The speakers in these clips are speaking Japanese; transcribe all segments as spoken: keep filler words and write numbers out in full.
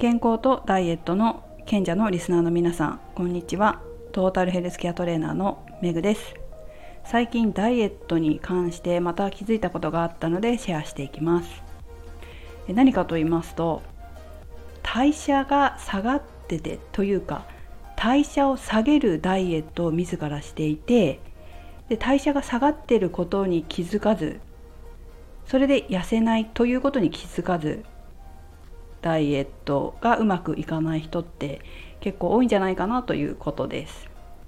健康とダイエットの賢者のリスナーの皆さん、こんにちは。トータルヘルスケアトレーナーのメグです。最近ダイエットに関してまた気づいたことがあったのでシェアしていきます。何かと言いますと、代謝が下がっててというか代謝を下げるダイエットを自らしていて、で代謝が下がっていることに気づかず、それで痩せないということに気づかず、ダイエットがうまくいかない人って結構多いんじゃないかなということです。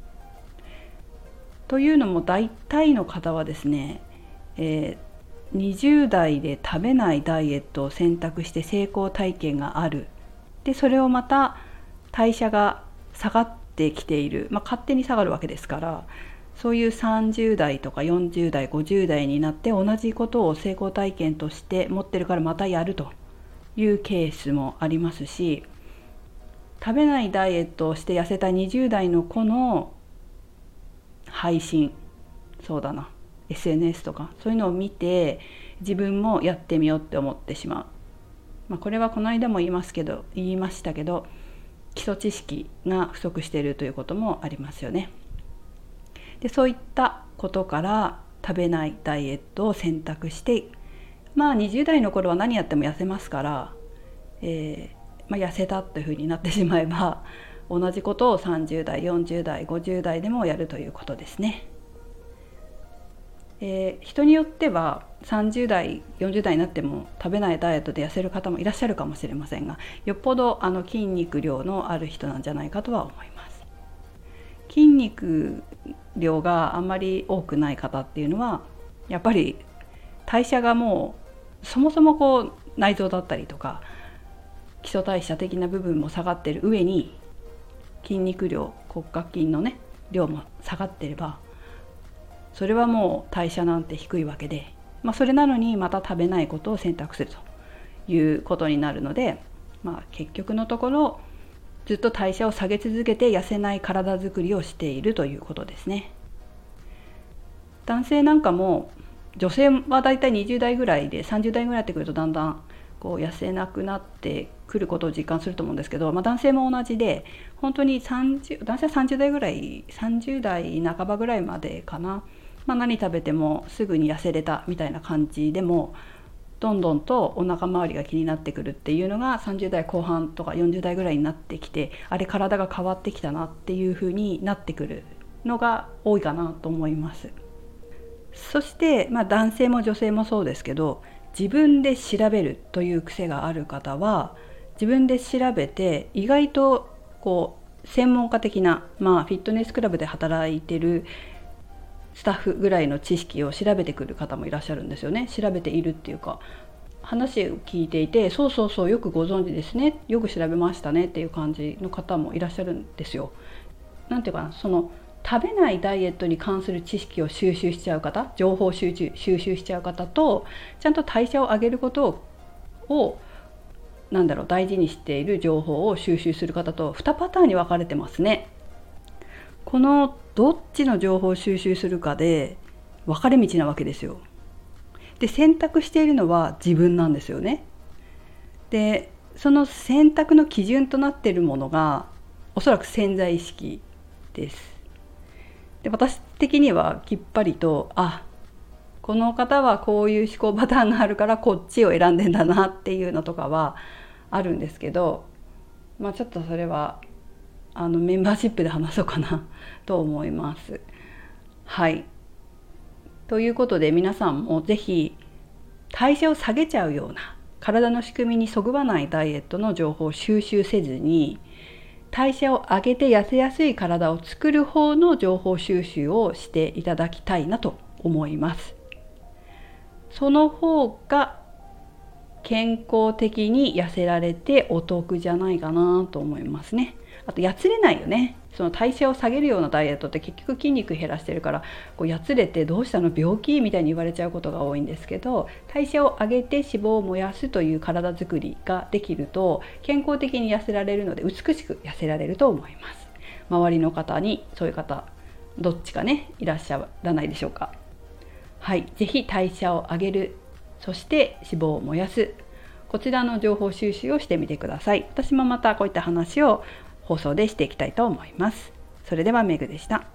というのも大体の方はですね、えー、にじゅう代で食べないダイエットを選択して成功体験がある。でそれをまた代謝が下がってきている、まあ、勝手に下がるわけですから、そういうさんじゅう代とかよんじゅう代ごじゅう代になって同じことを成功体験として持ってるからまたやるというケースもありますし、食べないダイエットをして痩せたにじゅう代の子の配信、そうだな エスエヌエス とかそういうのを見て自分もやってみようって思ってしまう、まあ、これはこの間も言いますけど言いましたけど基礎知識が不足しているということもありますよね。でそういったことから食べないダイエットを選択して、まあにじゅう代の頃は何やっても痩せますから、えーまあ、痩せたというふうになってしまえば同じことをさんじゅう代よんじゅう代ごじゅう代でもやるということですね。えー、人によってはさんじゅう代よんじゅう代になっても食べないダイエットで痩せる方もいらっしゃるかもしれませんが、よっぽどあの筋肉量のある人なんじゃないかとは思います。筋肉量があんまり多くない方っていうのはやっぱり代謝がもうそもそもこう内臓だったりとか基礎代謝的な部分も下がっている上に筋肉量、骨格筋のね量も下がっていれば、それはもう代謝なんて低いわけで、まあ、それなのにまた食べないことを選択するということになるので、まあ、結局のところずっと代謝を下げ続けて痩せない体づくりをしているということですね。男性なんかも、女性はだいたいにじゅう代ぐらいでさんじゅう代ぐらいになってくるとだんだんこう痩せなくなってくることを実感すると思うんですけど、まあ、男性も同じで、本当にさんじゅう男性はさんじゅう代ぐらいさんじゅう代半ばぐらいまでかな、まあ、何食べてもすぐに痩せれたみたいな感じでもどんどんとお腹周りが気になってくるっていうのがさんじゅう代後半とかよんじゅう代ぐらいになってきて、あれ体が変わってきたなっていう風になってくるのが多いかなと思います。そして、まあ、男性も女性もそうですけど、自分で調べるという癖がある方は自分で調べて意外とこう専門家的な、まあ、フィットネスクラブで働いてるスタッフぐらいの知識を調べてくる方もいらっしゃるんですよね。調べているっていうか、話を聞いていて、そうそうそうよくご存知ですね、よく調べましたねっていう感じの方もいらっしゃるんですよ。なんていうかな、その食べないダイエットに関する知識を収集しちゃう方、情報収集収集しちゃう方と、ちゃんと代謝を上げることををなんだろう大事にしている情報を収集する方とにパターンに分かれてますね。このどっちの情報を収集するかで分かれ道なわけですよ。で選択しているのは自分なんですよね。でその選択の基準となっているものがおそらく潜在意識です。で私的にはきっぱりと、あ、この方はこういう思考パターンがあるからこっちを選んでんだなっていうのとかはあるんですけど、まあちょっとそれはあのメンバーシップで話そうかなと思います。はい。ということで皆さんもぜひ代謝を下げちゃうような体の仕組みにそぐわないダイエットの情報を収集せずに、代謝を上げて痩せやすい体を作る方の情報収集をしていただきたいなと思います。その方が健康的に痩せられてお得じゃないかなと思いますね。あとやつれないよね。その代謝を下げるようなダイエットって結局筋肉減らしてるから、こうやつれてどうしたの病気みたいに言われちゃうことが多いんですけど、代謝を上げて脂肪を燃やすという体づくりができると健康的に痩せられるので美しく痩せられると思います。周りの方にそういう方どっちかねいらっしゃらないでしょうか。はい、ぜひ代謝を上げる、そして脂肪を燃やす、 こちらの情報収集をしてみてください。私もまたこういった話を放送でしていきたいと思います。それではメグでした。